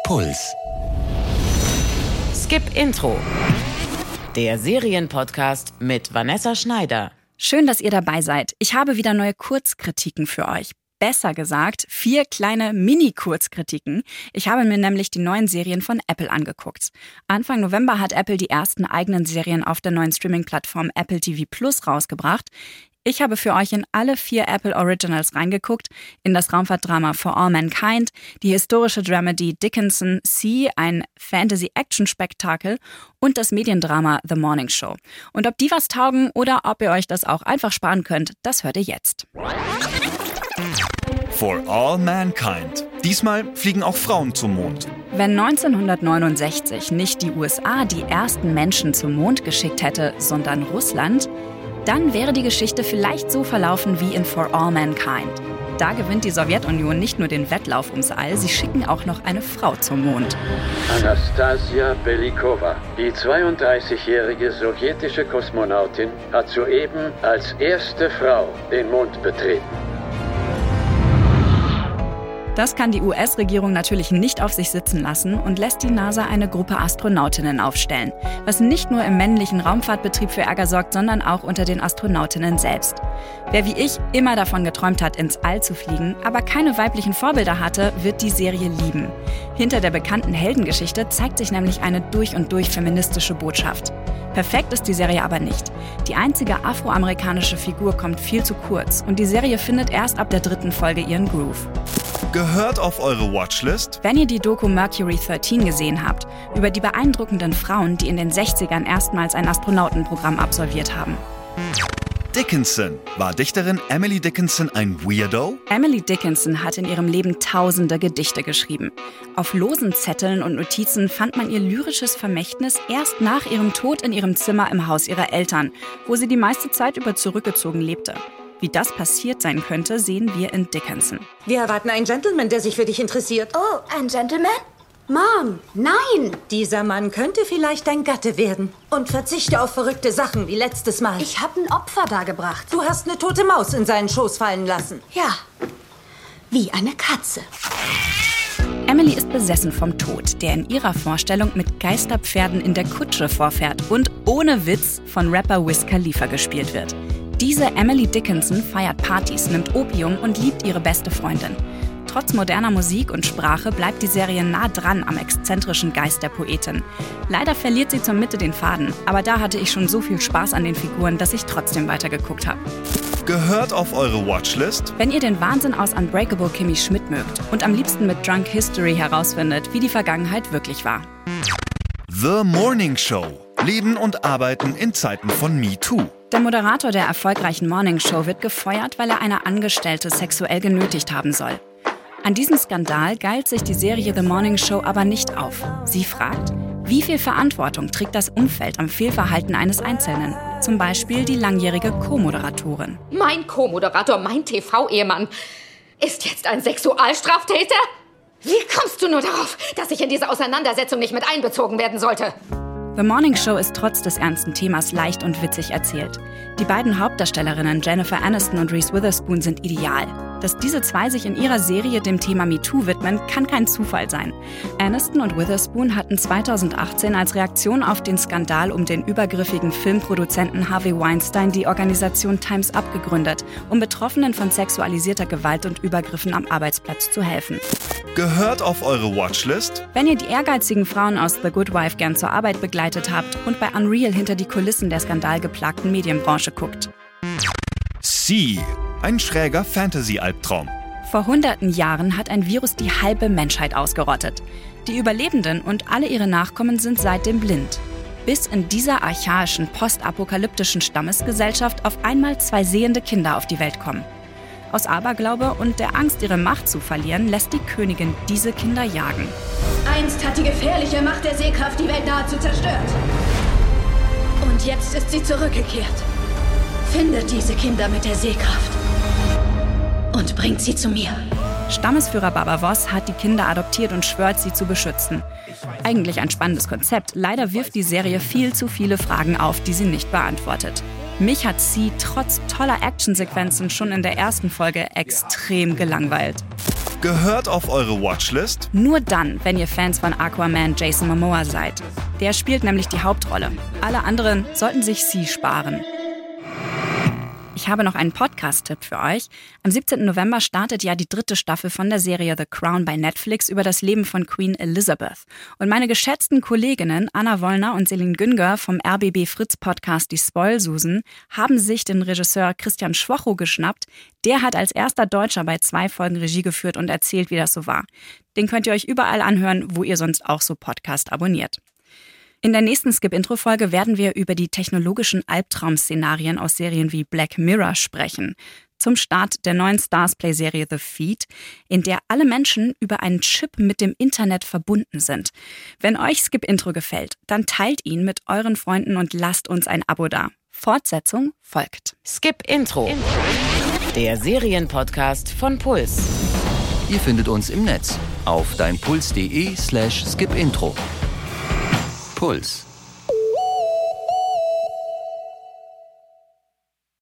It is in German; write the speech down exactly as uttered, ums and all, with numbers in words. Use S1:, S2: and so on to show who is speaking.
S1: Puls.
S2: Skip Intro. Der Serienpodcast mit Vanessa Schneider.
S3: Schön, dass ihr dabei seid. Ich habe wieder neue Kurzkritiken für euch. Besser gesagt, vier kleine Mini-Kurzkritiken. Ich habe mir nämlich die neuen Serien von Apple angeguckt. Anfang November hat Apple die ersten eigenen Serien auf der neuen Streaming-Plattform Apple T V Plus rausgebracht. Ich habe für euch in alle vier Apple Originals reingeguckt, in das Raumfahrtdrama For All Mankind, die historische Dramedy Dickinson, Sie, ein Fantasy-Action-Spektakel und das Mediendrama The Morning Show. Und ob die was taugen oder ob ihr euch das auch einfach sparen könnt, das hört ihr jetzt.
S4: For All Mankind. Diesmal fliegen auch Frauen zum Mond.
S3: Wenn neunzehnhundertneunundsechzig nicht die U S A die ersten Menschen zum Mond geschickt hätte, sondern Russland, dann wäre die Geschichte vielleicht so verlaufen wie in For All Mankind. Da gewinnt die Sowjetunion nicht nur den Wettlauf ums All, sie schicken auch noch eine Frau zum Mond.
S5: Anastasia Belikova, die zweiunddreißigjährige sowjetische Kosmonautin, hat soeben als erste Frau den Mond betreten.
S3: Das kann die U S-Regierung natürlich nicht auf sich sitzen lassen und lässt die NASA eine Gruppe Astronautinnen aufstellen, was nicht nur im männlichen Raumfahrtbetrieb für Ärger sorgt, sondern auch unter den Astronautinnen selbst. Wer wie ich immer davon geträumt hat, ins All zu fliegen, aber keine weiblichen Vorbilder hatte, wird die Serie lieben. Hinter der bekannten Heldengeschichte zeigt sich nämlich eine durch und durch feministische Botschaft. Perfekt ist die Serie aber nicht. Die einzige afroamerikanische Figur kommt viel zu kurz und die Serie findet erst ab der dritten Folge ihren Groove.
S4: Gehört auf eure Watchlist?
S3: Wenn ihr die Doku Mercury dreizehn gesehen habt, über die beeindruckenden Frauen, die in den sechzigern erstmals ein Astronautenprogramm absolviert haben.
S4: Dickinson. War Dichterin Emily Dickinson ein Weirdo?
S3: Emily Dickinson hat in ihrem Leben tausende Gedichte geschrieben. Auf losen Zetteln und Notizen fand man ihr lyrisches Vermächtnis erst nach ihrem Tod in ihrem Zimmer im Haus ihrer Eltern, wo sie die meiste Zeit über zurückgezogen lebte. Wie das passiert sein könnte, sehen wir in Dickinson.
S6: Wir erwarten einen Gentleman, der sich für dich interessiert.
S7: Oh, ein Gentleman?
S6: Mom,
S7: Nein!
S6: dieser Mann könnte vielleicht dein Gatte werden. Und verzichte auf verrückte Sachen wie letztes Mal.
S7: Ich habe ein Opfer dargebracht.
S6: Du hast eine tote Maus in seinen Schoß fallen lassen.
S7: Ja, wie eine Katze.
S3: Emily ist besessen vom Tod, der in ihrer Vorstellung mit Geisterpferden in der Kutsche vorfährt und ohne Witz von Rapper Wiz Khalifa gespielt wird. Diese Emily Dickinson feiert Partys, nimmt Opium und liebt ihre beste Freundin. Trotz moderner Musik und Sprache bleibt die Serie nah dran am exzentrischen Geist der Poetin. Leider verliert sie zur Mitte den Faden, aber da hatte ich schon so viel Spaß an den Figuren, dass ich trotzdem weitergeguckt habe.
S4: Gehört auf eure Watchlist?
S3: Wenn ihr den Wahnsinn aus Unbreakable Kimmy Schmidt mögt und am liebsten mit Drunk History herausfindet, wie die Vergangenheit wirklich war.
S4: The Morning Show. Leben und Arbeiten in Zeiten von MeToo.
S3: Der Moderator der erfolgreichen Morning Show wird gefeuert, weil er eine Angestellte sexuell genötigt haben soll. An diesem Skandal geilt sich die Serie The Morning Show aber nicht auf. Sie fragt, wie viel Verantwortung trägt das Umfeld am Fehlverhalten eines Einzelnen? Zum Beispiel die langjährige Co-Moderatorin.
S8: Mein Co-Moderator, mein T V-Ehemann, ist jetzt ein Sexualstraftäter? Wie kommst du nur darauf, dass ich in diese Auseinandersetzung nicht mit einbezogen werden sollte?
S3: The Morning Show ist trotz des ernsten Themas leicht und witzig erzählt. Die beiden Hauptdarstellerinnen Jennifer Aniston und Reese Witherspoon sind ideal. Dass diese zwei sich in ihrer Serie dem Thema MeToo widmen, kann kein Zufall sein. Aniston und Witherspoon hatten zweitausendachtzehn als Reaktion auf den Skandal um den übergriffigen Filmproduzenten Harvey Weinstein die Organisation Time's Up gegründet, um Betroffenen von sexualisierter Gewalt und Übergriffen am Arbeitsplatz zu helfen.
S4: Gehört auf eure Watchlist?
S3: Wenn ihr die ehrgeizigen Frauen aus The Good Wife gern zur Arbeit begleitet habt und bei Unreal hinter die Kulissen der skandalgeplagten Medienbranche guckt.
S4: Sie. Ein schräger Fantasy-Albtraum.
S3: Vor hunderten Jahren hat ein Virus die halbe Menschheit ausgerottet. Die Überlebenden und alle ihre Nachkommen sind seitdem blind. Bis in dieser archaischen, postapokalyptischen Stammesgesellschaft auf einmal zwei sehende Kinder auf die Welt kommen. Aus Aberglaube und der Angst, ihre Macht zu verlieren, lässt die Königin diese Kinder jagen.
S7: Einst hat die gefährliche Macht der Sehkraft die Welt nahezu zerstört. Und jetzt ist sie zurückgekehrt. Findet diese Kinder mit der Sehkraft und bringt sie zu mir.
S3: Stammesführer Baba Voss hat die Kinder adoptiert und schwört, sie zu beschützen. Eigentlich ein spannendes Konzept. Leider wirft die Serie viel zu viele Fragen auf, die sie nicht beantwortet. Mich hat sie trotz toller Actionsequenzen schon in der ersten Folge extrem gelangweilt.
S4: gehört auf eure Watchlist?
S3: Nur dann, wenn ihr Fans von Aquaman Jason Momoa seid. Der spielt nämlich die Hauptrolle. Alle anderen sollten sich sie sparen. Ich habe noch einen Podcast-Tipp für euch. Am siebzehnten November startet ja die dritte Staffel von der Serie The Crown bei Netflix über das Leben von Queen Elizabeth. Und meine geschätzten Kolleginnen Anna Wollner und Celine Günger vom R B B Fritz Podcast Die Spoilsusen haben sich den Regisseur Christian Schwocho geschnappt. Der hat als erster Deutscher bei zwei Folgen Regie geführt und erzählt, wie das so war. Den könnt ihr euch überall anhören, wo ihr sonst auch so Podcast abonniert. In der nächsten Skip-Intro-Folge werden wir über die technologischen Albtraum-Szenarien aus Serien wie Black Mirror sprechen. Zum Start der neuen Starzplay-Serie The Feed, in der alle Menschen über einen Chip mit dem Internet verbunden sind. Wenn euch Skip-Intro gefällt, dann teilt ihn mit euren Freunden und lasst uns ein Abo da. Fortsetzung folgt.
S2: Skip-Intro, der Serienpodcast von Puls.
S1: Ihr findet uns im Netz auf deinpuls.de slash skipintro. Puls.